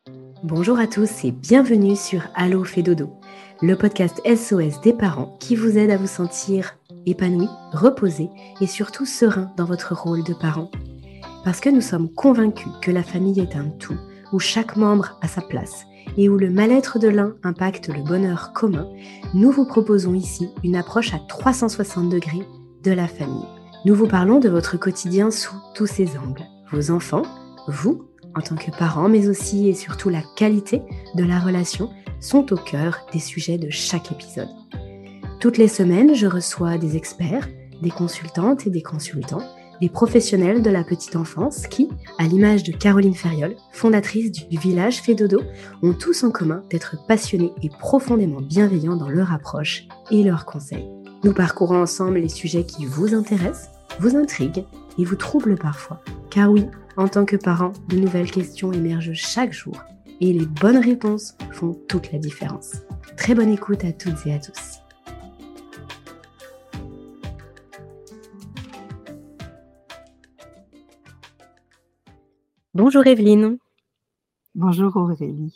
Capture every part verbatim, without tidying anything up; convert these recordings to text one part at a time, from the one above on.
Bonjour à tous et bienvenue sur Allo fait dodo, le podcast S O S des parents qui vous aide à vous sentir épanoui, reposé et surtout serein dans votre rôle de parent. Parce que nous sommes convaincus que la famille est un tout, où chaque membre a sa place et où le mal-être de l'un impacte le bonheur commun, nous vous proposons ici une approche à trois cent soixante degrés de la famille. Nous vous parlons de votre quotidien sous tous ses angles. Vos enfants, vous, en tant que parents, mais aussi et surtout la qualité de la relation sont au cœur des sujets de chaque épisode. Toutes les semaines, je reçois des experts, des consultantes et des consultants, des professionnels de la petite enfance qui, à l'image de Caroline Ferriol, fondatrice du village Fait Dodo, ont tous en commun d'être passionnés et profondément bienveillants dans leur approche et leurs conseils. Nous parcourons ensemble les sujets qui vous intéressent, vous intriguent et vous troublent parfois. Car oui, en tant que parent, de nouvelles questions émergent chaque jour et les bonnes réponses font toute la différence. Très bonne écoute à toutes et à tous. Bonjour Evelyne. Bonjour Aurélie.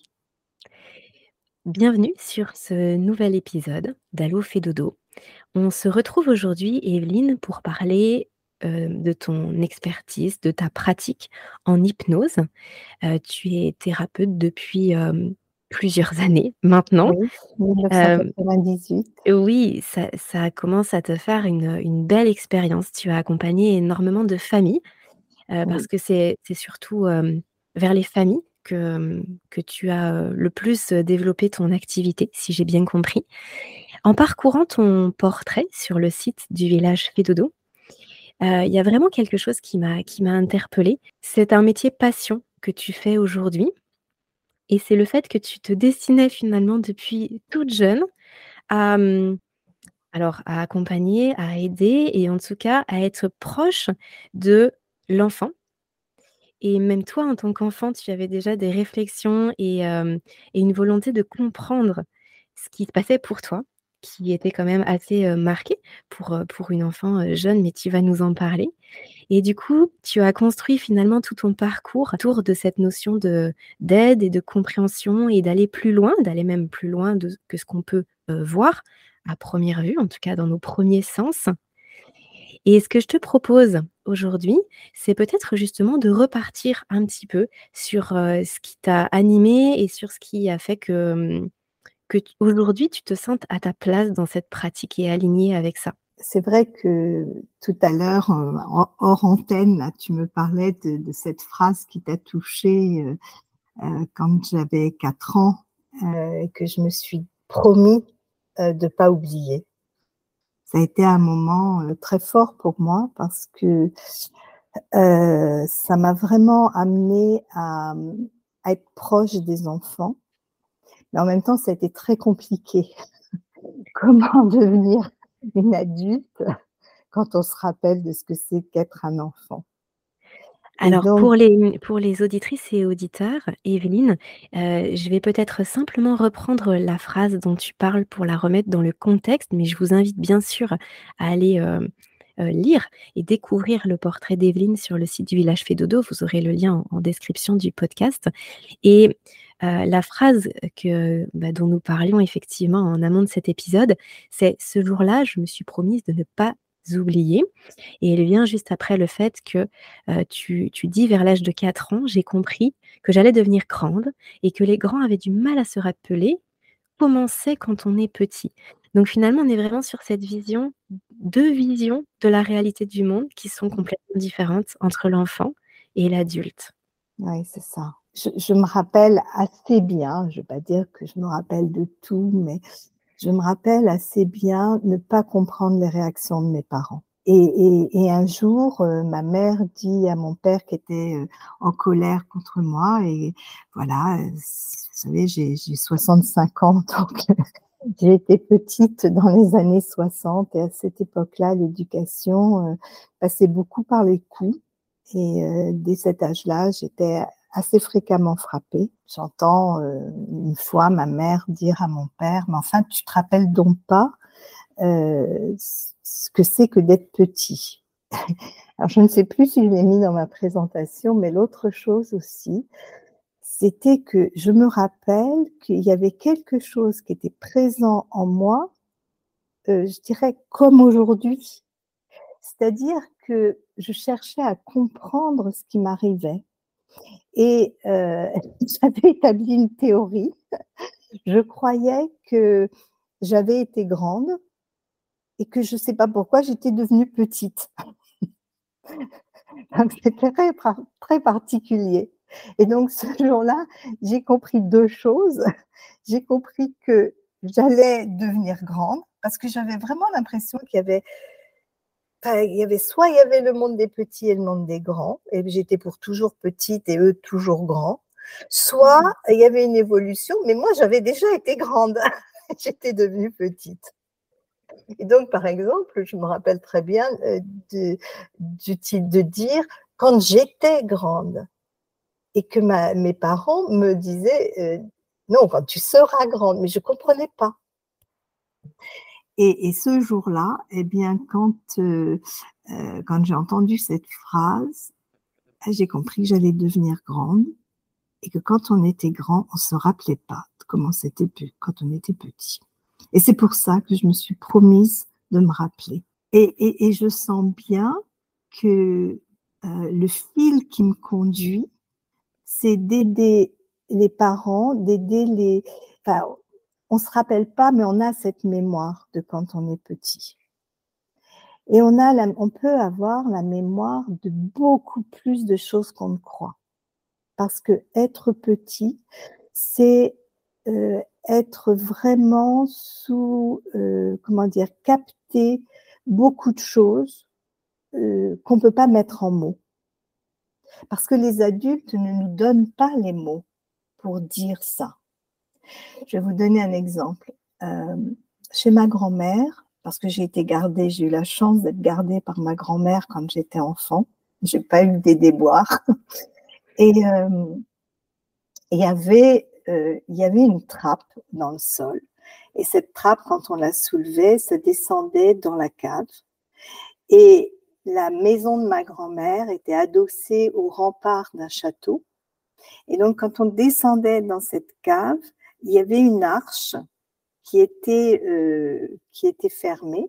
Bienvenue sur ce nouvel épisode d'Allo fait dodo. On se retrouve aujourd'hui, Evelyne, pour parler euh, de ton expertise, de ta pratique en hypnose. Euh, tu es thérapeute depuis euh, plusieurs années maintenant. Oui, dix-neuf cent quatre-vingt-dix-huit. Euh, oui, ça, ça commence à te faire une, une belle expérience. Tu as accompagné énormément de familles euh, Oui. parce que c'est, c'est surtout euh, vers les familles que, que tu as euh, le plus développé ton activité, si j'ai bien compris. En parcourant ton portrait sur le site du village Fait Dodo, euh, il y a vraiment quelque chose qui m'a, qui m'a interpellée. C'est un métier passion que tu fais aujourd'hui. Et c'est le fait que tu te destinais finalement depuis toute jeune à, hum, alors, à accompagner, à aider et en tout cas à être proche de l'enfant. Et même toi, en tant qu'enfant, tu avais déjà des réflexions et, hem, et une volonté de comprendre ce qui se passait pour toi, qui était quand même assez, heu, marqué pour, heu, pour une enfant, heu, jeune, mais tu vas nous en parler. Et du coup, tu as construit finalement tout ton parcours autour de cette notion de d'aide et de compréhension et d'aller plus loin, d'aller même plus loin de que ce qu'on peut, heu, voir à première vue, en tout cas dans nos premiers sens. Et ce que je te propose aujourd'hui, c'est peut-être justement de repartir un petit peu sur, heu, ce qui t'a animé et sur ce qui a fait que, mmh, que t aujourd'hui tu te sentes à ta place dans cette pratique et alignée avec ça. C'est vrai que tout à l'heure, heu, en hors antenne, là, tu me parlais de de cette phrase qui t'a touchée, heu heu, quand j'avais quatre ans, heu, et que je me suis promis, heu, de pas oublier. Ça a été un moment, heu, très fort pour moi parce que, heu, ça m'a vraiment amenée à, mmh, à être proche des enfants, mais en même temps, ça a été très compliqué. Comment devenir une adulte quand on se rappelle de ce que c'est qu'être un enfant? Et Alors donc pour les, mmh, pour les auditrices et auditeurs, Evelyne, heu, je vais peut-être simplement reprendre la phrase dont tu parles pour la remettre dans le contexte, mais je vous invite bien sûr à aller, heu heu, lire et découvrir le portrait d'Evelyne sur le site du village Fait Dodo. Vous aurez le lien en en description du podcast et heu, la phrase que, bah, dont nous parlions effectivement en amont de cet épisode, c'est: «Ce jour-là, je me suis promise de ne pas oublier» et elle vient juste après le fait que, heu, tu tu dis: «Vers l'âge de quatre ans, j'ai compris que j'allais devenir grande et que les grands avaient du mal à se rappeler comment c'est quand on est petit». Donc finalement, on est vraiment sur cette vision, deux visions de la réalité du monde qui sont complètement différentes entre l'enfant et l'adulte. oui, c'est ça. Je je me rappelle assez bien, je ne vais pas dire que je me rappelle de tout, mais je me rappelle assez bien ne pas comprendre les réactions de mes parents. Et et et un jour, heu, ma mère dit à mon père qui était, heu, en colère contre moi et voilà, heu, s vous savez, j'ai j'ai soixante-cinq ans, donc j'ai été petite dans les années soixante et à cette époque-là, l'éducation, heu, passait beaucoup par les coups et heu, dès cet âge-là, j'étais assez fréquemment frappée. J'entends, heu, une fois ma mère dire à mon père: «Mais enfin, tu te rappelles donc pas, heu, c ce que c'est que d'être petit?» Alors je ne sais plus si je l'ai mis dans ma présentation, mais l'autre chose aussi, c'était que je me rappelle qu'il y avait quelque chose qui était présent en moi, euh, je dirais comme aujourd'hui. C'est-à-dire que je cherchais à comprendre ce qui m'arrivait. Et euh, j'avais établi une théorie. Je croyais que j'avais été grande et que je ne sais pas pourquoi j'étais devenue petite. Donc, c'était très, très particulier. Et donc, ce jour-là, j'ai compris deux choses. J'ai compris que j'allais devenir grande parce que j'avais vraiment l'impression qu'il y avait, enfin, il y avait soit il y avait le monde des petits et le monde des grands, et j'étais pour toujours petite et eux toujours grands, soit il y avait une évolution, mais moi, j'avais déjà été grande. J'étais devenue petite. Et donc, par exemple, je me rappelle très bien euh, de, du type de dire quand j'étais grande et que ma, mes parents me disaient euh, non, quand tu seras grande, mais je ne comprenais pas. Et, et ce jour-là, eh bien, quand, euh, euh, quand j'ai entendu cette phrase, j'ai compris que j'allais devenir grande et que quand on était grand, on ne se rappelait pas de comment c'était quand on était petit. Et c'est pour ça que je me suis promise de me rappeler. Et, et, et je sens bien que euh, le fil qui me conduit, c'est d'aider les parents, d'aider les... Enfin, on ne se rappelle pas, mais on a cette mémoire de quand on est petit. Et on, a la, on peut avoir la mémoire de beaucoup plus de choses qu'on ne croit. Parce que être petit, c'est euh, être vraiment sous, euh, comment dire, capter beaucoup de choses euh, qu'on ne peut pas mettre en mots. Parce que les adultes ne nous donnent pas les mots pour dire ça. Je vais vous donner un exemple. Euh, chez ma grand-mère, parce que j'ai été gardée, j'ai eu la chance d'être gardée par ma grand-mère quand j'étais enfant. Je n'ai pas eu des déboires. Et euh, il y avait, euh, il y avait une trappe dans le sol. Et cette trappe, quand on la soulevait, ça descendait dans la cave. Et la maison de ma grand-mère était adossée au rempart d'un château. Et donc, quand on descendait dans cette cave, il y avait une arche qui était, euh, qui était fermée,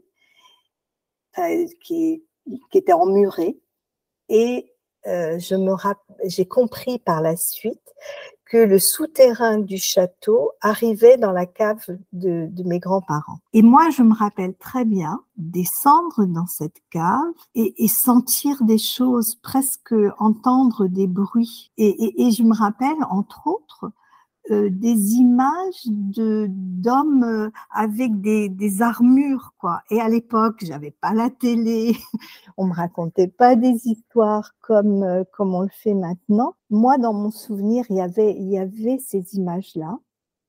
euh, qui, qui était emmurée. Et euh, je me rapp... j'ai compris par la suite que le souterrain du château arrivait dans la cave de, de mes grands-parents. Et moi, je me rappelle très bien descendre dans cette cave et, et sentir des choses, presque entendre des bruits. Et, et, et je me rappelle, entre autres, Euh, des images de, d'hommes euh, avec des, des armures, quoi. Et à l'époque, j'avais pas la télé, on me racontait pas des histoires comme, euh, comme on le fait maintenant. Moi, dans mon souvenir, il y avait, il y avait ces images-là.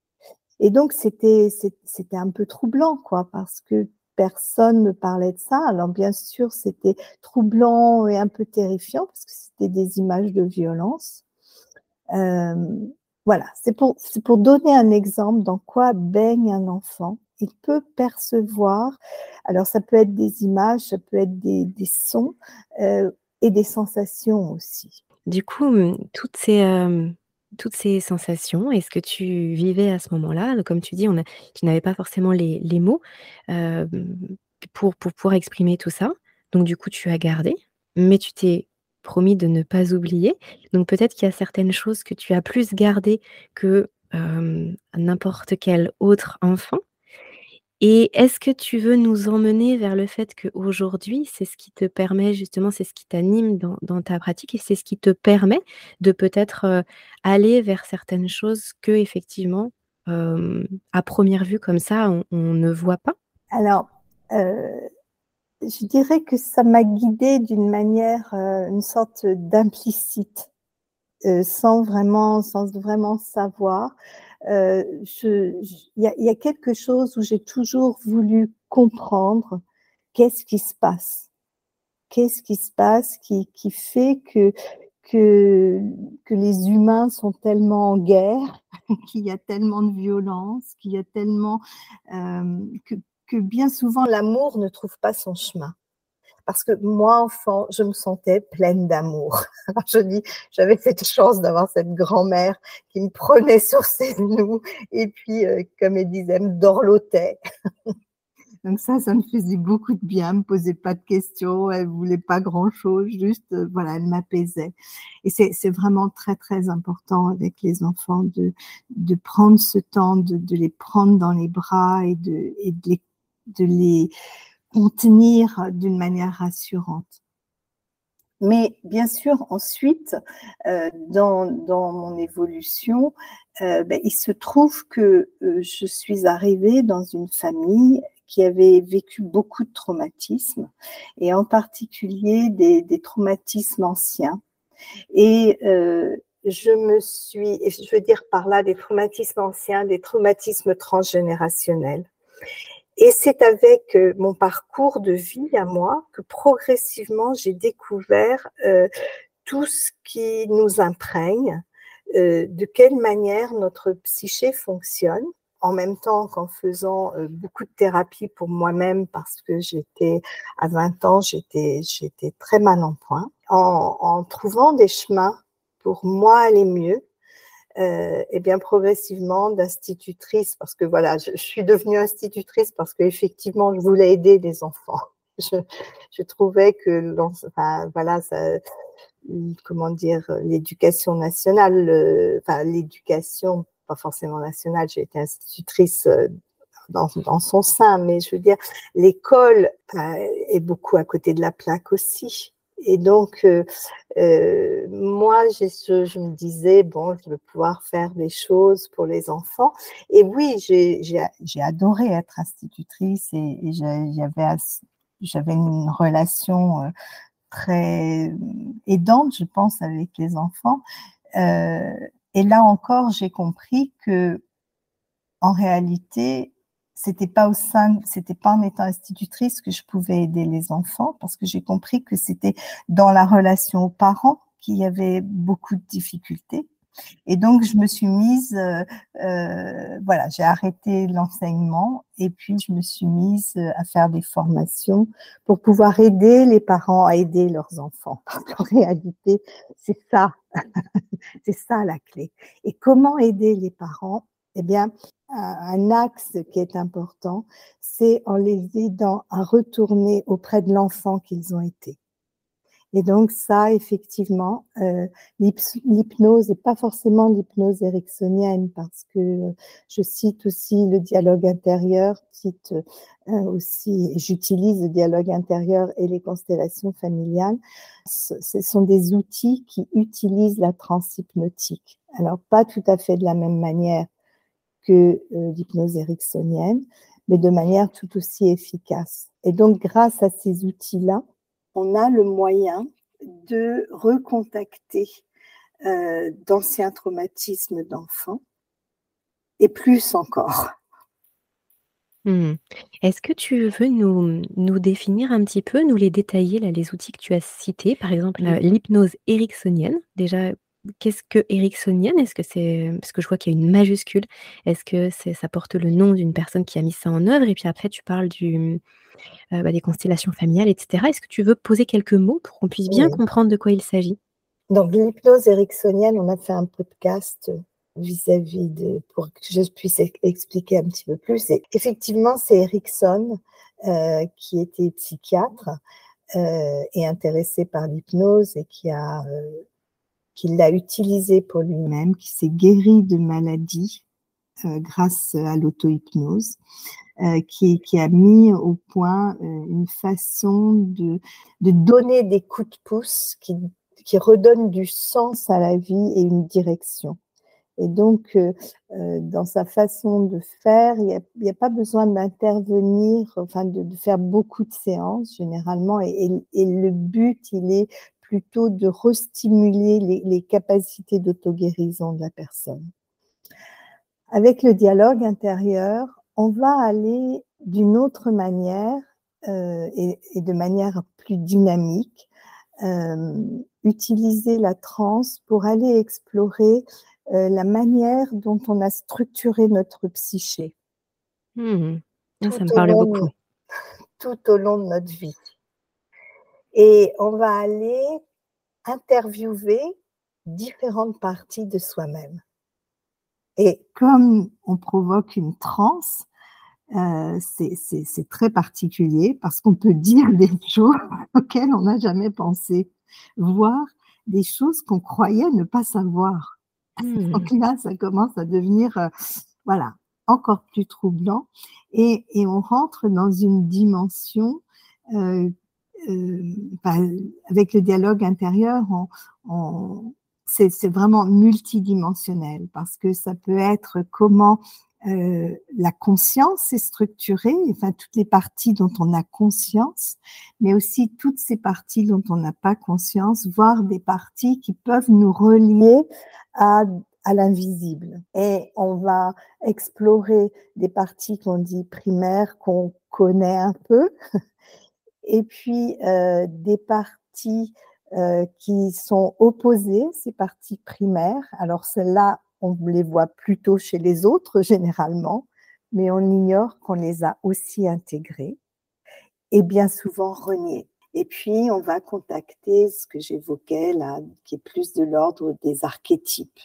Et donc, c'était, c'était un peu troublant, quoi, parce que personne ne parlait de ça. Alors, bien sûr, c'était troublant et un peu terrifiant, parce que c'était des images de violence. Euh, Voilà, c'est pour, c'est pour donner un exemple dans quoi baigne un enfant. Il peut percevoir, alors ça peut être des images, ça peut être des, des sons euh, et des sensations aussi. Du coup, toutes ces, euh, toutes ces sensations et ce que tu vivais à ce moment-là, comme tu dis, on a, tu n'avais pas forcément les, les mots euh, pour, pour pouvoir exprimer tout ça. Donc du coup, tu as gardé, mais tu t'es promis de ne pas oublier. Donc peut-être qu'il y a certaines choses que tu as plus gardées que euh, n'importe quel autre enfant. Et est-ce que tu veux nous emmener vers le fait qu'aujourd'hui, c'est ce qui te permet justement, c'est ce qui t'anime dans dans ta pratique et c'est ce qui te permet de peut-être, heu, aller vers certaines choses qu'effectivement, hem, à première vue comme ça, on on ne voit pas? Alors, euh, je dirais que ça m'a guidée d'une manière, euh, une sorte d'implicite, euh, sans vraiment, sans vraiment savoir. Euh, je, je, il y a, il y a quelque chose où j'ai toujours voulu comprendre qu'est-ce qui se passe. Qu'est-ce qui se passe qui, qui fait que, que, que les humains sont tellement en guerre, qu'il y a tellement de violence, qu'il y a tellement... Euh, que, que bien souvent l'amour ne trouve pas son chemin. parce que moi, enfant, je me sentais pleine d'amour. Alors je dis, j'avais cette chance d'avoir cette grand-mère qui me prenait sur ses genoux et puis, euh, comme elle disait, elle me dorlotait. Donc ça, ça me faisait beaucoup de bien, elle me posait pas de questions, elle voulait pas grand-chose, juste, euh, voilà, elle m'apaisait. Et c'est, c'est vraiment très, très important avec les enfants de, de prendre ce temps, de, de les prendre dans les bras et de, et de les, de les contenir d'une manière rassurante. Mais bien sûr, ensuite, euh, dans, dans mon évolution, euh, ben, il se trouve que euh, je suis arrivée dans une famille qui avait vécu beaucoup de traumatismes, et en particulier des, des traumatismes anciens. Et euh, je me suis, et je veux dire par là des traumatismes anciens, des traumatismes transgénérationnels. Et c'est avec euh, mon parcours de vie à moi que progressivement j'ai découvert euh, tout ce qui nous imprègne, euh, de quelle manière notre psyché fonctionne, en même temps qu'en faisant euh, beaucoup de thérapie pour moi-même, parce que j'étais, à vingt ans, j'étais, j'étais très mal en point, en, en trouvant des chemins pour moi aller mieux. Euh, et bien progressivement d'institutrice, parce que voilà, je, je suis devenue institutrice parce qu'effectivement, je voulais aider les enfants. Je, je trouvais que, enfin, voilà, ça, comment dire, l'éducation nationale, euh, enfin, l'éducation, pas forcément nationale, j'ai été institutrice euh, dans, dans son sein, mais je veux dire, l'école euh, est beaucoup à côté de la plaque aussi. Et donc, euh, euh, moi, j'ai, je, je me disais, bon, je veux pouvoir faire des choses pour les enfants. Et oui, j'ai, j'ai, j'ai adoré être institutrice et, et j'avais, j'avais une relation euh, très aidante, je pense, avec les enfants. Euh, et là encore, j'ai compris que, en réalité, c'était pas au sein, c'était pas en étant institutrice que je pouvais aider les enfants, parce que j'ai compris que c'était dans la relation aux parents qu'il y avait beaucoup de difficultés. Et donc, je me suis mise, euh, euh, voilà, j'ai arrêté l'enseignement et puis je me suis mise à faire des formations pour pouvoir aider les parents à aider leurs enfants. Parce qu'en réalité, c'est ça, c'est ça la clé. Et comment aider les parents? Eh bien, un axe qui est important, c'est en les aidant à retourner auprès de l'enfant qu'ils ont été. Et donc ça, effectivement, euh, l'hypnose, et pas forcément l'hypnose ericksonienne, parce que je cite aussi le dialogue intérieur, cite euh, aussi, j'utilise le dialogue intérieur et les constellations familiales. Ce sont des outils qui utilisent la transhypnotique. Alors, pas tout à fait de la même manière que euh, l'hypnose ericksonienne, mais de manière tout aussi efficace. Et donc, grâce à ces outils-là, on a le moyen de recontacter euh, d'anciens traumatismes d'enfants, et plus encore. Mmh. Est-ce que tu veux nous, nous définir un petit peu, nous les détailler, là, les outils que tu as cités, par exemple, Oui. l'hypnose ericksonienne. Déjà, qu'est-ce que ericksonienne? Est-ce que c'est, parce que je vois qu'il y a une majuscule, est-ce que c'est, ça porte le nom d'une personne qui a mis ça en œuvre? Et puis après, tu parles du, euh, bah, des constellations familiales, et cetera. Est-ce que tu veux poser quelques mots pour qu'on puisse bien Oui. comprendre de quoi il s'agit? Donc, l'hypnose ericksonienne, on a fait un podcast vis-à-vis de, pour que je puisse expliquer un petit peu plus. Et effectivement, c'est Erickson euh, qui était psychiatre euh, et intéressé par l'hypnose et qui a euh, qui l'a utilisé pour lui-même, qui s'est guéri de maladies euh, grâce à l'auto-hypnose, euh, qui, qui a mis au point euh, une façon de, de donner des coups de pouce qui, qui redonnent du sens à la vie et une direction. Et donc, euh, euh, dans sa façon de faire, il n'y a, il y a pas besoin d'intervenir, enfin de, de faire beaucoup de séances généralement, et, et, et le but, il est plutôt de restimuler les, les capacités d'auto-guérison de la personne. Avec le dialogue intérieur, on va aller d'une autre manière euh, et, et de manière plus dynamique, euh, utiliser la transe pour aller explorer euh, la manière dont on a structuré notre psyché. Mmh. Ah, Tout ça me au parle long, beaucoup. tout au long de notre vie. et on va aller interviewer différentes parties de soi-même. Et comme on provoque une transe, euh, c'est, c'est, c'est très particulier parce qu'on peut dire des choses auxquelles on n'a jamais pensé, voire des choses qu'on croyait ne pas savoir. Mmh. Donc là, ça commence à devenir, euh, voilà, encore plus troublant. Et, et on rentre dans une dimension, euh, euh, bah, avec le dialogue intérieur, on, on, c'est, c'est vraiment multidimensionnel parce que ça peut être comment euh, la conscience est structurée, enfin toutes les parties dont on a conscience, mais aussi toutes ces parties dont on n'a pas conscience, voire des parties qui peuvent nous relier à, à l'invisible. Et on va explorer des parties qu'on dit primaires, qu'on connaît un peu, et puis euh, des parties euh, qui sont opposées, ces parties primaires. Alors celles-là, on les voit plutôt chez les autres généralement, mais on ignore qu'on les a aussi intégrées et bien souvent reniées. Et puis, on va contacter ce que j'évoquais là, qui est plus de l'ordre des archétypes.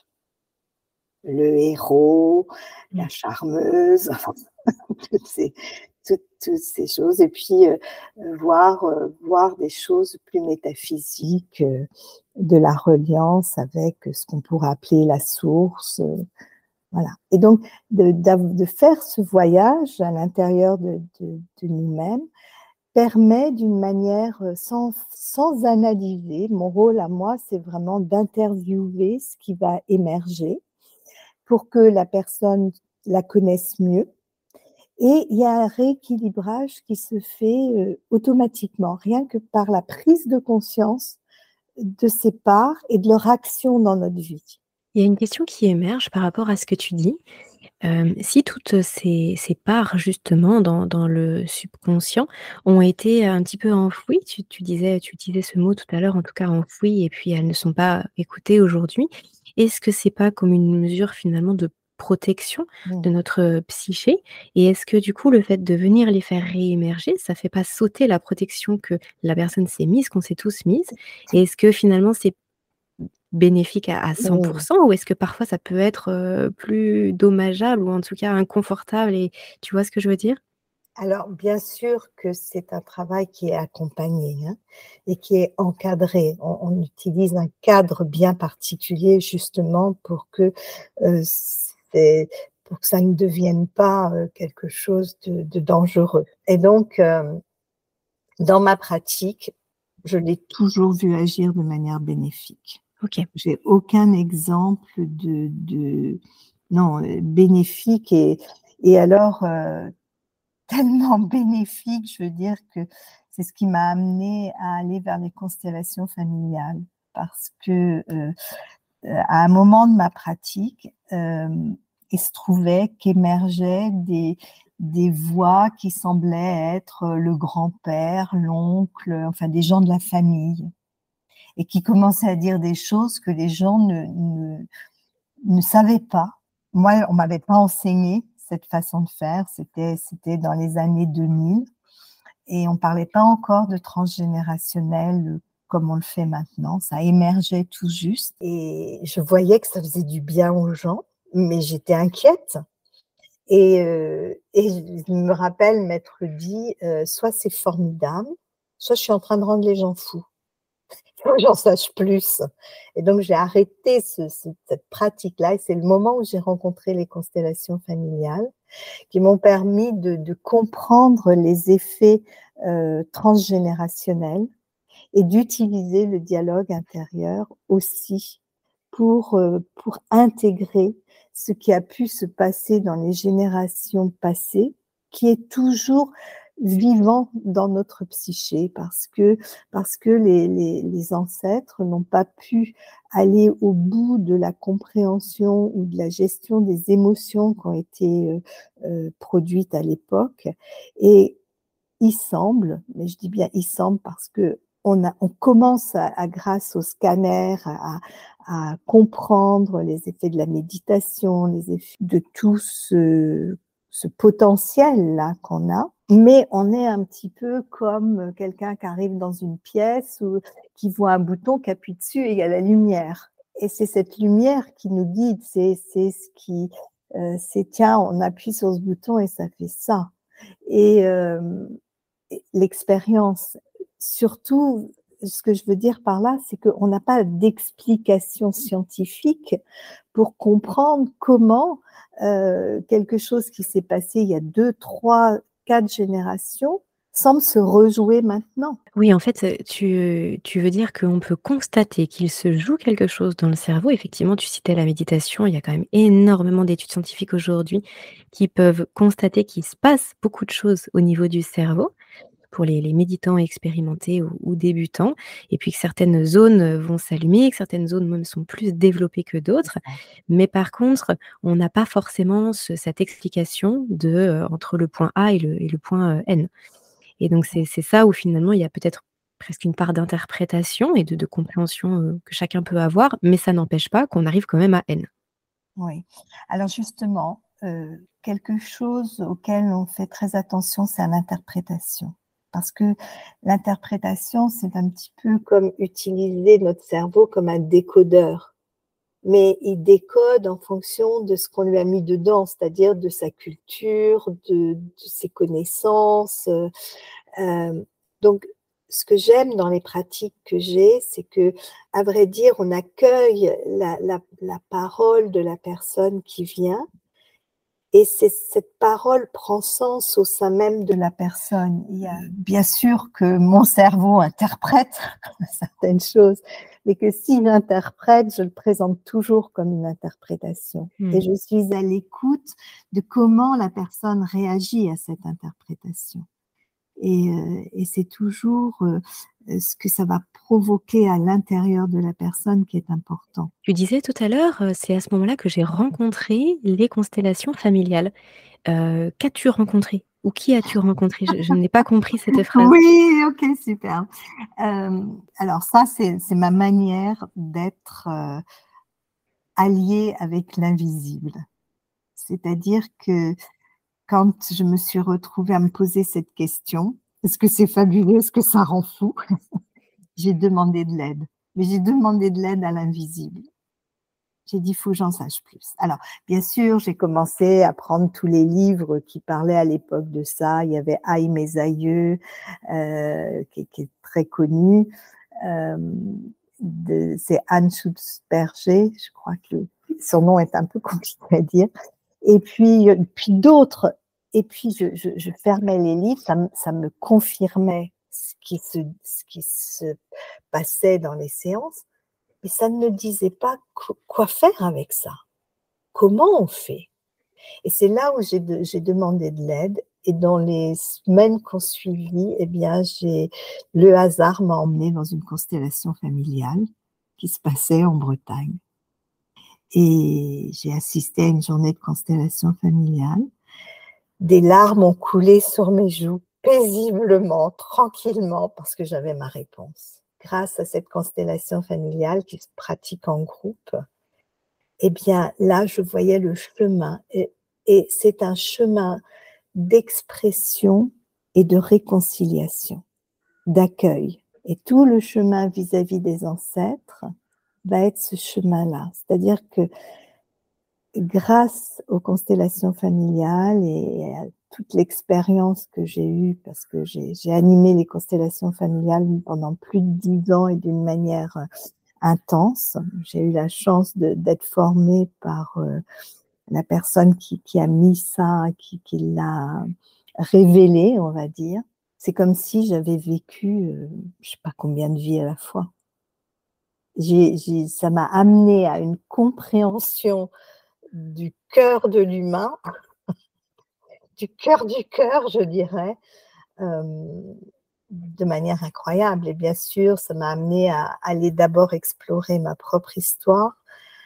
Le héros, mmh. la charmeuse, enfin, toutes ces, toutes, toutes ces choses. Et puis, euh, voir, euh, voir des choses plus métaphysiques, euh, de la reliance avec ce qu'on pourrait appeler la source. Euh, voilà. Et donc, de, de faire ce voyage à l'intérieur de, de, de nous-mêmes permet d'une manière sans, sans analyser. Mon rôle à moi, c'est vraiment d'interviewer ce qui va émerger pour que la personne la connaisse mieux. Et il y a un rééquilibrage qui se fait euh, automatiquement, rien que par la prise de conscience de ces parts et de leur action dans notre vie. Il y a une question qui émerge par rapport à ce que tu dis. Euh, si toutes ces, ces parts, justement, dans, dans le subconscient, ont été un petit peu enfouies, tu, tu disais, tu utilisais ce mot tout à l'heure, en tout cas enfouies, et puis elles ne sont pas écoutées aujourd'hui, est-ce que c'est pas comme une mesure finalement de protection de notre psyché? Et est-ce que du coup, le fait de venir les faire réémerger, ça fait pas sauter la protection que la personne s'est mise, qu'on s'est tous mise? Et est-ce que finalement, c'est bénéfique à, à cent pour cent, ou est-ce que parfois ça peut être euh, plus dommageable ou en tout cas inconfortable, et tu vois ce que je veux dire? Alors, bien sûr que c'est un travail qui est accompagné, hein, et qui est encadré. On, on utilise un cadre bien particulier justement pour que, euh, c'est, pour que ça ne devienne pas euh, quelque chose de, de dangereux. Et donc, euh, dans ma pratique, je l'ai toujours vu agir de manière bénéfique. Ok. J'ai aucun exemple de, de non, bénéfique et, et alors euh, tellement bénéfique, je veux dire que c'est ce qui m'a amenée à aller vers les constellations familiales parce que euh, à un moment de ma pratique, euh, il se trouvait qu'émergeaient des, des voix qui semblaient être le grand-père, l'oncle, enfin des gens de la famille, et qui commençaient à dire des choses que les gens ne, ne, ne savaient pas. Moi, on m'avait pas enseigné cette façon de faire, c'était, c'était dans les années deux mille, et on parlait pas encore de transgénérationnel comme on le fait maintenant, ça émergeait tout juste, et je voyais que ça faisait du bien aux gens, mais j'étais inquiète. Et, euh, et je me rappelle m'être dit, euh, soit c'est formidable, soit je suis en train de rendre les gens fous. Il faut que j'en sache plus. Et donc, j'ai arrêté ce, ce, cette pratique-là, et c'est le moment où j'ai rencontré les constellations familiales qui m'ont permis de, de comprendre les effets euh, transgénérationnels et d'utiliser le dialogue intérieur aussi pour, euh, pour intégrer ce qui a pu se passer dans les générations passées, qui est toujours vivant dans notre psyché parce que, parce que les, les, les ancêtres n'ont pas pu aller au bout de la compréhension ou de la gestion des émotions qui ont été euh, euh, produites à l'époque. Et il semble, mais je dis bien il semble parce que on, a, on commence à, à, grâce au scanner, à, à comprendre les effets de la méditation, les effets de tout ce, ce potentiel-là qu'on a, Mais on est un petit peu comme quelqu'un qui arrive dans une pièce ou qui voit un bouton, qui appuie dessus et il y a la lumière. Et c'est cette lumière qui nous guide, c'est c'est ce qui, heu, c'est tiens, on appuie sur ce bouton et ça fait ça. Et hem, et l'expérience, surtout, ce que je veux dire par là, c'est qu'on n'a pas d'explication scientifique pour comprendre comment, heu, quelque chose qui s'est passé il y a deux, trois, quatre générations semble se rejouer maintenant. Oui, en fait, heu, tu tu veux dire qu'on peut constater qu'il se joue quelque chose dans le cerveau. Effectivement, tu citais la méditation, il y a quand même énormément d'études scientifiques aujourd'hui qui peuvent constater qu'il se passe beaucoup de choses au niveau du cerveau pour les les méditants expérimentés ou ou débutants et puis que certaines zones, heu, vont s'allumer, que certaines zones même sont plus développées que d'autres. Mais par contre, on n'a pas forcément ce cette explication de, heu, entre le point A et le et le point, heu, N. Et donc c'est c'est ça où finalement il y a peut-être presque une part d'interprétation et de de compréhension, heu, que chacun peut avoir, mais ça n'empêche pas qu'on arrive quand même à N. Oui. Alors justement, heu, quelque chose auquel on fait très attention, c'est à l'interprétation. Parce que l'interprétation, c'est un petit peu comme utiliser notre cerveau comme un décodeur. Mais il décode en fonction de ce qu'on lui a mis dedans, c'est-à-dire de sa culture, de de ses connaissances, heu, hem, donc ce que j'aime dans les pratiques que j'ai, c'est qu'à vrai dire, on accueille la la la parole de la personne qui vient et c'est cette parole prend sens au sein même de la personne. Il y a bien sûr que mon cerveau interprète certaines choses, mais que si j'interprète, je le présente toujours comme une interprétation et Mmh. je suis à l'écoute de comment la personne réagit à cette interprétation et heu et c'est toujours, heu heu, ce que ça va provoquer à l'intérieur de la personne qui est important. Tu disais tout à l'heure, heu, c'est à ce moment-là que j'ai rencontré les constellations familiales. Heu, qu'as-tu rencontré? Ou qui as-tu rencontré? Je je n'ai pas compris cette phrase. Oui, OK, super. Hem, alors ça, c'est c'est ma manière d'être, heu, alliée avec l'invisible. C'est-à-dire que quand je me suis retrouvée à me poser cette question: «Est-ce que c'est fabuleux? Est-ce que ça rend fou?» J'ai demandé de l'aide, mais j'ai demandé de l'aide à l'invisible. J'ai dit: «Faut que j'en sache plus». Alors, bien sûr, j'ai commencé à prendre tous les livres qui parlaient à l'époque de ça. Il y avait Aïe mes aïeux, heu, qui est qui est très connu. Hem, de c'est Anne Schutzberger, je crois que son nom est un peu compliqué à dire. Et puis, heu, puis d'autres. Et puis je je je fermais les livres, ça me ça me confirmait ce qui se ce qui se passait dans les séances, mais ça ne me disait pas co quoi faire avec ça. Comment on fait? Et c'est là où j'ai de j'ai demandé de l'aide et dans les semaines qui ont suivi, eh bien, j'ai le hasard m'a emmenée dans une constellation familiale qui se passait en Bretagne et j'ai assisté à une journée de constellation familiale. Des larmes ont coulé sur mes joues, paisiblement, tranquillement, parce que j'avais ma réponse. Grâce à cette constellation familiale qui se pratique en groupe, eh bien, là, je voyais le chemin et et c'est un chemin d'expression et de réconciliation, d'accueil et tout le chemin vis-à-vis des ancêtres va être ce chemin-là. C'est-à-dire que grâce aux constellations familiales et à toute l'expérience que j'ai eue parce que j'ai j'ai animé les constellations familiales pendant plus de dix ans et d'une manière, heu, intense. J'ai eu la chance de d'être formée par, heu, la personne qui qui a mis ça, qui qui l'a révélé, on va dire. C'est comme si j'avais vécu, heu, je sais pas combien de vies à la fois. J'ai j'ai ça m'a amenée à une compréhension du cœur de l'humain, du cœur du cœur, je dirais, hem, de manière incroyable et bien sûr, ça m'a amenée à aller d'abord explorer ma propre histoire,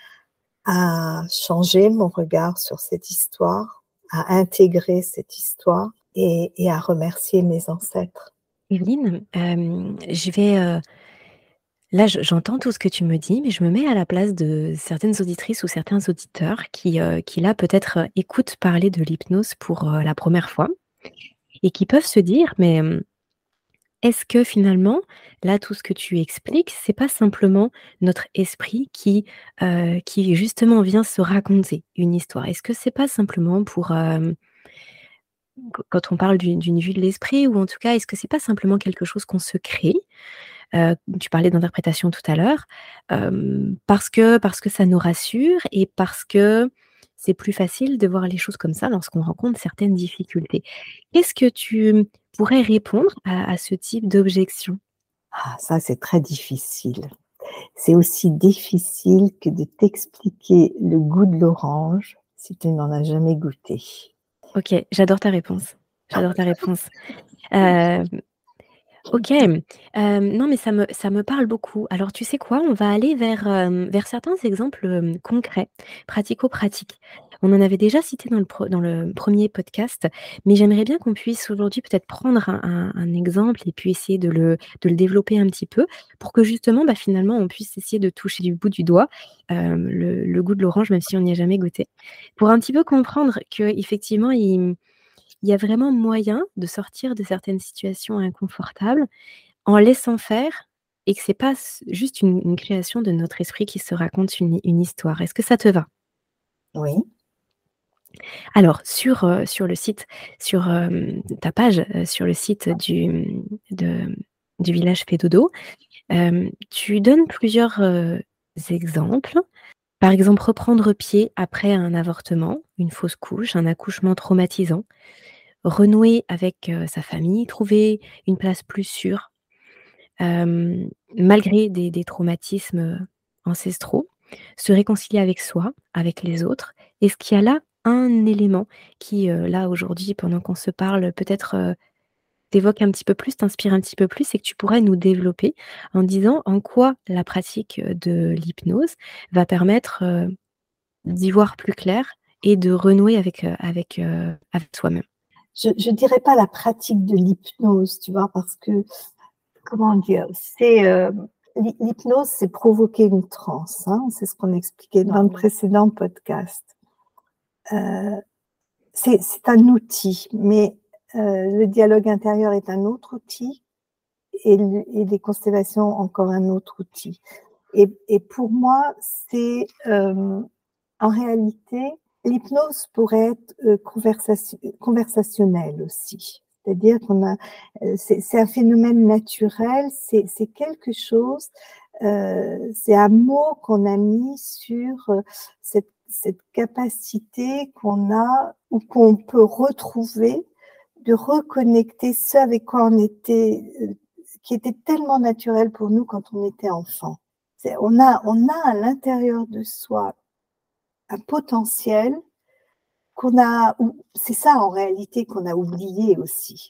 à changer mon regard sur cette histoire, à intégrer cette histoire et et à remercier mes ancêtres. Evelyne, hem, je vais, heu, là, je j'entends tout ce que tu me dis, mais je me mets à la place de certaines auditrices ou certains auditeurs qui, heu, qui là, peut-être, heu, écoutent parler de l'hypnose pour, heu, la première fois. et qui peuvent se dire: «Mais, hem, est-ce que finalement, là, tout ce que tu expliques, c'est pas simplement notre esprit qui, heu, qui justement vient se raconter une histoire? Est-ce que c'est pas simplement pour, hem» q quand on parle d'une d'une vue de l'esprit ou en tout cas, est-ce que c'est pas simplement quelque chose qu'on se crée? Heu, tu parlais d'interprétation tout à l'heure, hem, parce que parce que ça nous rassure et parce que c'est plus facile de voir les choses comme ça lorsqu'on rencontre certaines difficultés. Qu'est-ce que tu pourrais répondre à à ce type d'objection? Ah, ça, c'est très difficile. C'est aussi difficile que de t'expliquer le goût de l'orange si tu n'en as jamais goûté. OK, j'adore ta réponse. J'adore ta réponse. Hem, OK, hem, non, mais ça me ça me parle beaucoup. Alors, tu sais quoi? On va aller vers, hem, vers certains exemples, hem, concrets, pratico-pratiques. On en avait déjà cité dans le pre dans le premier podcast, mais j'aimerais bien qu'on puisse aujourd'hui peut-être prendre un un un exemple et puis essayer de le de le développer un petit peu pour que justement, bah, finalement, on puisse essayer de toucher du bout du doigt, hem, le le goût de l'orange, même si on n'y a jamais goûté. Pour un petit peu comprendre qu'effectivement, il, mmh, il y a vraiment moyen de sortir de certaines situations inconfortables en laissant faire et que c'est pas s juste une une création de notre esprit qui se raconte une une histoire. Est-ce que ça te va? Oui. Alors sur, heu, sur le site, sur, hem, ta page, heu, sur le site du, mmh, de du village Fédodo, hem, tu donnes plusieurs, heu, exemples. Par exemple, reprendre pied après un avortement, une fausse couche, un accouchement traumatisant, renouer avec, heu, sa famille, trouver une place plus sûre, hem, malgré des des traumatismes, heu, ancestraux, se réconcilier avec soi, avec les autres. Est-ce qu'il y a là un élément qui, heu, là, aujourd'hui, pendant qu'on se parle, peut-être, heu, t'évoque un petit peu plus, t'inspire un petit peu plus et que tu pourrais nous développer en disant en quoi la pratique, heu, de l'hypnose va permettre, heu, d'y voir plus clair et de renouer avec, heu, avec, heu, avec soi-même? Je je dirais pas la pratique de l'hypnose, tu vois? Parce que, comment dire? C'est, hem, l'hy l'hypnose, c'est provoquer une transe, hein, c'est ce qu'on expliquait dans le précédent podcast. Heu, c'est c'est un outil, mais, heu, le dialogue intérieur est un autre outil et le et les constellations encore un autre outil. Et et pour moi, c'est, hem, en réalité, l'hypnose pourrait être, heu, conversation conversationnelle aussi. C'est-à-dire qu'on a, heu, c'est c'est un phénomène naturel, c'est c'est quelque chose, heu, c'est un mot qu'on a mis sur, heu, cette cette capacité qu'on a ou qu'on peut retrouver de reconnecter ce avec quoi on était, heu, qui était tellement naturel pour nous quand on était enfant. C'est on a on a à l'intérieur de soi un potentiel qu'on a ou c'est ça en réalité qu'on a oublié aussi.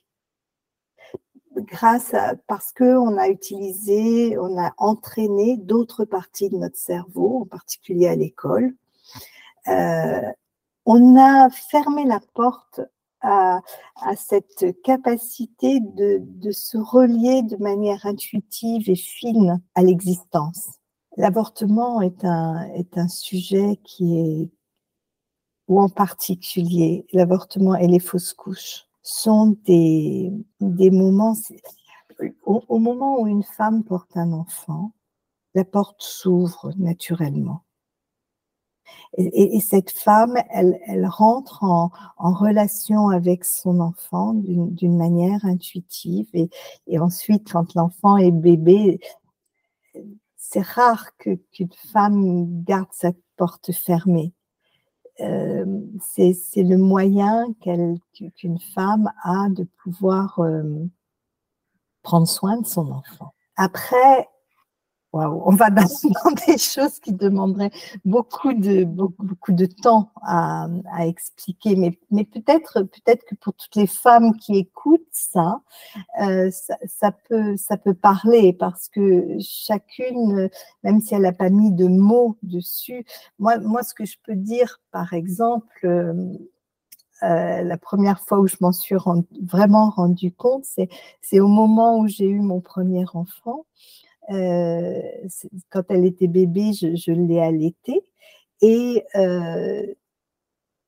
Grâce à parce qu'on a utilisé, on a entraîné d'autres parties de notre cerveau, en particulier à l'école. Heu, on a fermé la porte à à cette capacité de de se relier de manière intuitive et fine à l'existence. L'avortement est un est un sujet qui est ou en particulier l'avortement et les fausses couches sont des des moments c'est au au moment où une femme porte un enfant, la porte s'ouvre naturellement et et et cette femme, elle elle rentre en en relation avec son enfant d'une d'une manière intuitive et et ensuite quand l'enfant est bébé, c'est rare que qu'une femme garde sa porte fermée. Hem, c'est c'est le moyen qu'elle qu'u qu'une femme a de pouvoir, hem, prendre soin de son enfant. Après, waouh, on va dans dans des choses qui demanderaient beaucoup de beaucoup beaucoup de temps à, mmh, à expliquer, mais mais peut-être peut-être que pour toutes les femmes qui écoutent ça, heu, ça ça peut ça peut parler parce que chacune, heu, même si elle a pas mis de mots dessus, moi moi ce que je peux dire par exemple, hem, heu, la première fois où je m'en suis ren vraiment rendu compte, c'est c'est au moment où j'ai eu mon premier enfant. Heu, c'est quand elle était bébé, je je l'ai allaitée et heu,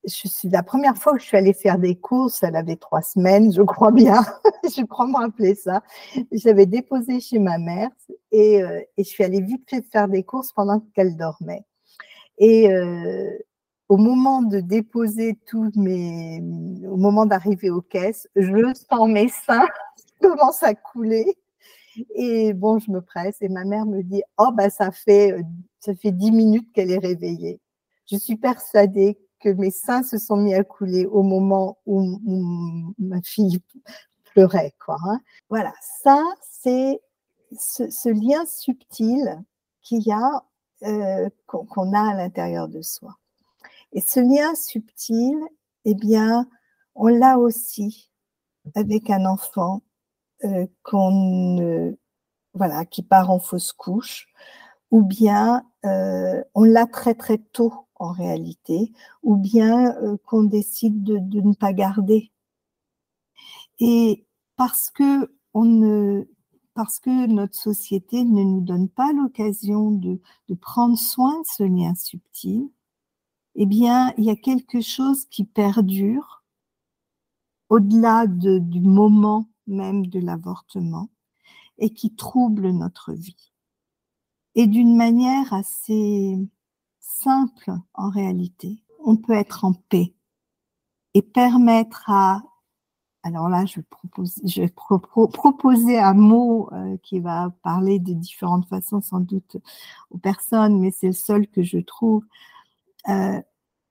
je suis la première fois que je suis allée faire des courses, elle avait trois semaines, je crois bien, je crois me rappeler ça. J'avais déposé chez ma mère et, euh, et je suis allée vite fait faire des courses pendant qu'elle dormait. Et euh, au moment de déposer tous mes, au moment d'arriver aux caisses, je sens mes seins qui commencent à couler. Et bon, je me presse et ma mère me dit, oh bah ça fait, ça fait dix minutes qu'elle est réveillée. Je suis persuadée que mes seins se sont mis à couler au moment où, où ma fille pleurait, quoi. Hein. Voilà, ça c'est ce, ce lien subtil qu'il y a, euh, qu'on, qu'on a à l'intérieur de soi. Et ce lien subtil, eh bien, on l'a aussi avec un enfant euh, qu'on ne voilà, qui part en fausse couche, ou bien euh, on l'a très très tôt en réalité, ou bien euh, qu'on décide de, de ne pas garder. Et parce que, on ne, parce que notre société ne nous donne pas l'occasion de, de prendre soin de ce lien subtil, eh bien, il y a quelque chose qui perdure au-delà de, du moment même de l'avortement et qui trouble notre vie. Et d'une manière assez simple en réalité, on peut être en paix et permettre à, alors là je, propose, je vais pro proposer un mot euh, qui va parler de différentes façons sans doute aux personnes, mais c'est le seul que je trouve, euh,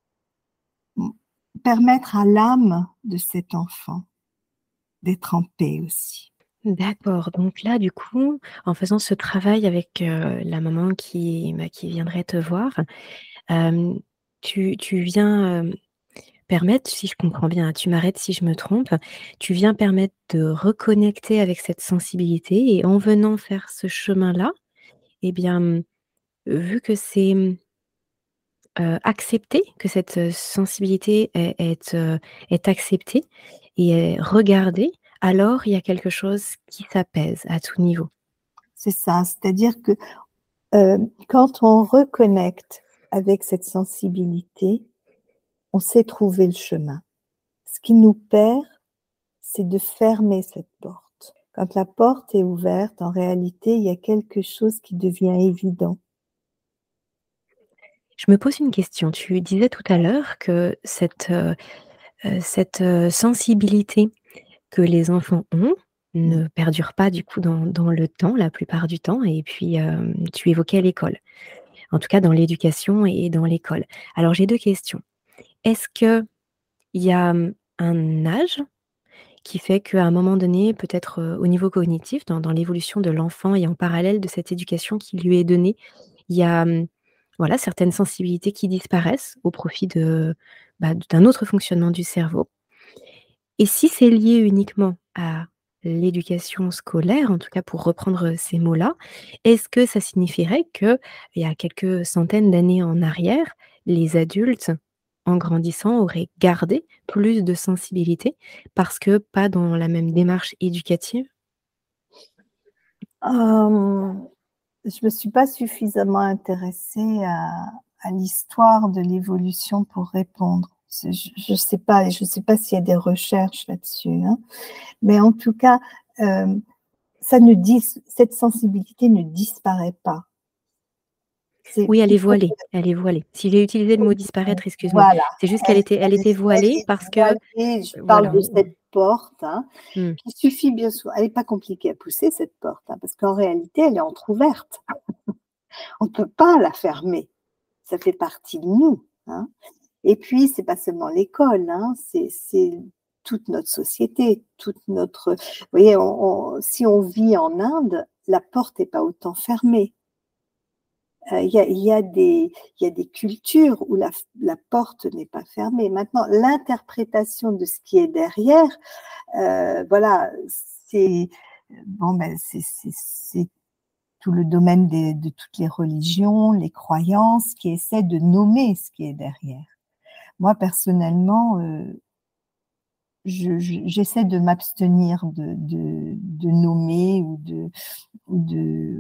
permettre à l'âme de cet enfant d'être en paix aussi. D'accord, donc là, du coup, en faisant ce travail avec, heu, la maman qui, bah, qui viendrait te voir, hem, tu tu viens, hem, permettre, si je comprends bien, hein, tu m'arrêtes si je me trompe, tu viens permettre de reconnecter avec cette sensibilité et en venant faire ce chemin-là, eh bien, mmh, vu que c'est, mmh, heu, accepté, que cette, heu, sensibilité est est, heu, est acceptée et est regardée, alors il y a quelque chose qui s'apaise à tout niveau. C'est ça, c'est-à-dire que euh, quand on reconnecte avec cette sensibilité, on sait trouver le chemin. Ce qui nous perd, c'est de fermer cette porte. Quand la porte est ouverte, en réalité, il y a quelque chose qui devient évident. Je me pose une question. Tu disais tout à l'heure que cette, heu heu, cette, heu, sensibilité que les enfants ont Mm. ne perdure pas du coup dans dans le temps, la plupart du temps et puis, hem, tu évoquais l'école. En tout cas dans l'éducation et dans l'école. Alors j'ai deux questions. Est-ce qu'il y a, mmh, un âge qui fait qu'à un moment donné, peut-être, heu, au niveau cognitif, dans dans l'évolution de l'enfant et en parallèle de cette éducation qui lui est donnée, il y a, mmh, voilà, certaines sensibilités qui disparaissent au profit de, bah, d'un autre fonctionnement du cerveau? Et si c'est lié uniquement à l'éducation scolaire, en tout cas pour reprendre, ces mots-là, est-ce que ça signifierait qu'il y a quelques centaines d'années en arrière, les adultes, en grandissant, auraient gardé plus de sensibilité parce que pas dans la même démarche éducative? Euh, je ne me suis pas suffisamment intéressée à, à l'histoire de l'évolution pour répondre. Je ne sais pas, je sais pas s'il y a des recherches là-dessus, hein. Mais en tout cas, euh, ça ne dis, cette sensibilité ne disparaît pas. C'est Oui, elle est plutôt voilée, elle est voilée. Si j'ai utilisé le mot disparaître, excuse-moi. voilà, C'est juste qu'elle elle, était elle elle, était elle voilée est parce que, voilée. Je parle voilà, de on cette porte, hein, mmh. qui suffit bien souvent. Elle n'est pas compliquée à pousser cette porte, hein, parce qu'en réalité, elle est entrouverte. On ne peut pas la fermer. Ça fait partie de nous. Hein. Et puis, c'est pas seulement l'école, hein, c'est, c'est toute notre société, toute notre. Vous voyez, on, on, si on vit en Inde, la porte n'est pas autant fermée. Il y, y, a des, y a des cultures où la, la porte n'est pas fermée. Maintenant, l'interprétation de ce qui est derrière, euh, voilà, c'est bon, ben, c'est, c'est, c'est tout le domaine des, de toutes les religions, les croyances qui essaient de nommer ce qui est derrière. Moi, personnellement, euh, je, je, j'essaie de m'abstenir de, de, de nommer ou de, ou de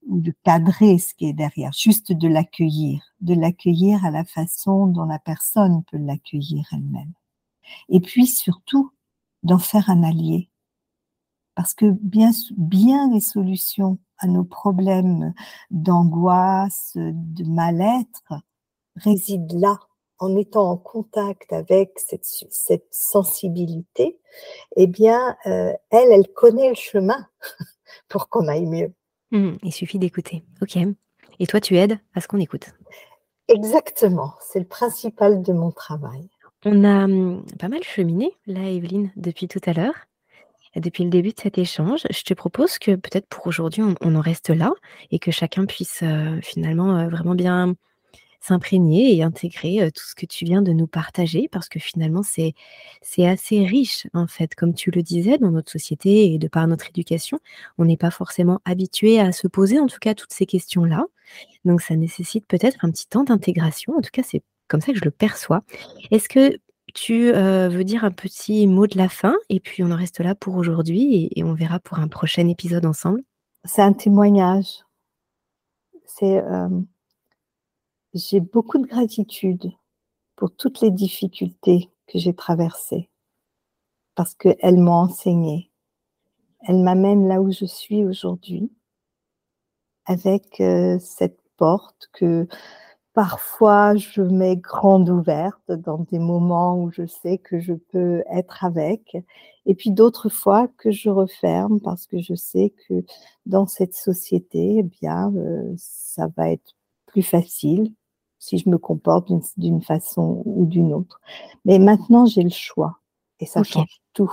ou de cadrer ce qui est derrière, juste de l'accueillir, de l'accueillir à la façon dont la personne peut l'accueillir elle-même. Et puis surtout, d'en faire un allié. Parce que bien, bien des solutions à nos problèmes d'angoisse, de mal-être, résident là, en étant en contact avec cette, cette sensibilité. Eh bien, euh, elle, elle connaît le chemin pour qu'on aille mieux. Mmh, il suffit d'écouter. Ok. Et toi, tu aides à ce qu'on écoute. Exactement, c'est le principal de mon travail. On a hum, pas mal cheminé, là, Evelyne, depuis tout à l'heure, depuis le début de cet échange. Je te propose que peut-être pour aujourd'hui, on, on en reste là et que chacun puisse euh, finalement euh, vraiment bien s'imprégner et intégrer euh, tout ce que tu viens de nous partager, parce que finalement, c'est, c'est assez riche, en fait. Comme tu le disais, dans notre société et de par notre éducation, on n'est pas forcément habitué à se poser, en tout cas, toutes ces questions-là. Donc, ça nécessite peut-être un petit temps d'intégration. En tout cas, c'est comme ça que je le perçois. Est-ce que tu euh, veux dire un petit mot de la fin et puis on en reste là pour aujourd'hui et, et on verra pour un prochain épisode ensemble? C'est un témoignage. C'est, euh, j'ai beaucoup de gratitude pour toutes les difficultés que j'ai traversées, parce qu'elles m'ont enseigné. Elles m'amènent là où je suis aujourd'hui, avec euh, cette porte que parfois je mets grande ouverte dans des moments où je sais que je peux être avec, et puis d'autres fois que je referme parce que je sais que dans cette société, eh bien, euh, ça va être plus facile si je me comporte d'une, d'une façon ou d'une autre. Mais maintenant, j'ai le choix et ça Ok. change tout.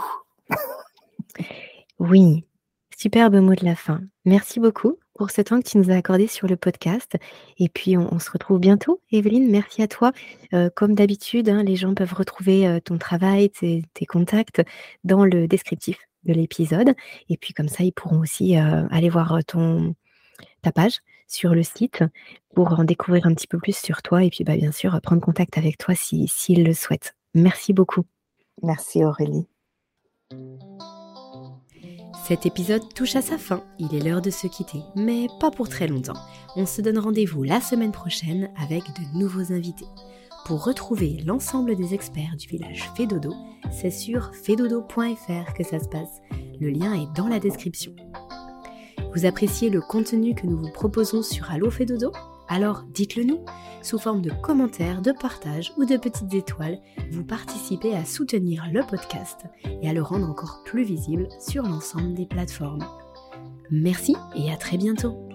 Oui, superbe mot de la fin. Merci beaucoup pour ce temps que tu nous as accordé sur le podcast. Et puis, on, on se retrouve bientôt. Evelyne, merci à toi. Euh, comme d'habitude, hein, les gens peuvent retrouver euh, ton travail, tes, tes contacts dans le descriptif de l'épisode. Et puis, comme ça, ils pourront aussi euh, aller voir ton, ta page sur le site pour en découvrir un petit peu plus sur toi. Et puis, bah, bien sûr, prendre contact avec toi si, s'ils le souhaitent. Merci beaucoup. Merci Aurélie. Cet épisode touche à sa fin, il est l'heure de se quitter, mais pas pour très longtemps. On se donne rendez-vous la semaine prochaine avec de nouveaux invités. Pour retrouver l'ensemble des experts du village Fedodo, c'est sur fedodo point f r que ça se passe. Le lien est dans la description. Vous appréciez le contenu que nous vous proposons sur Allo Fedodo ? Alors dites-le nous, sous forme de commentaires, de partages ou de petites étoiles, vous participez à soutenir le podcast et à le rendre encore plus visible sur l'ensemble des plateformes. Merci et à très bientôt.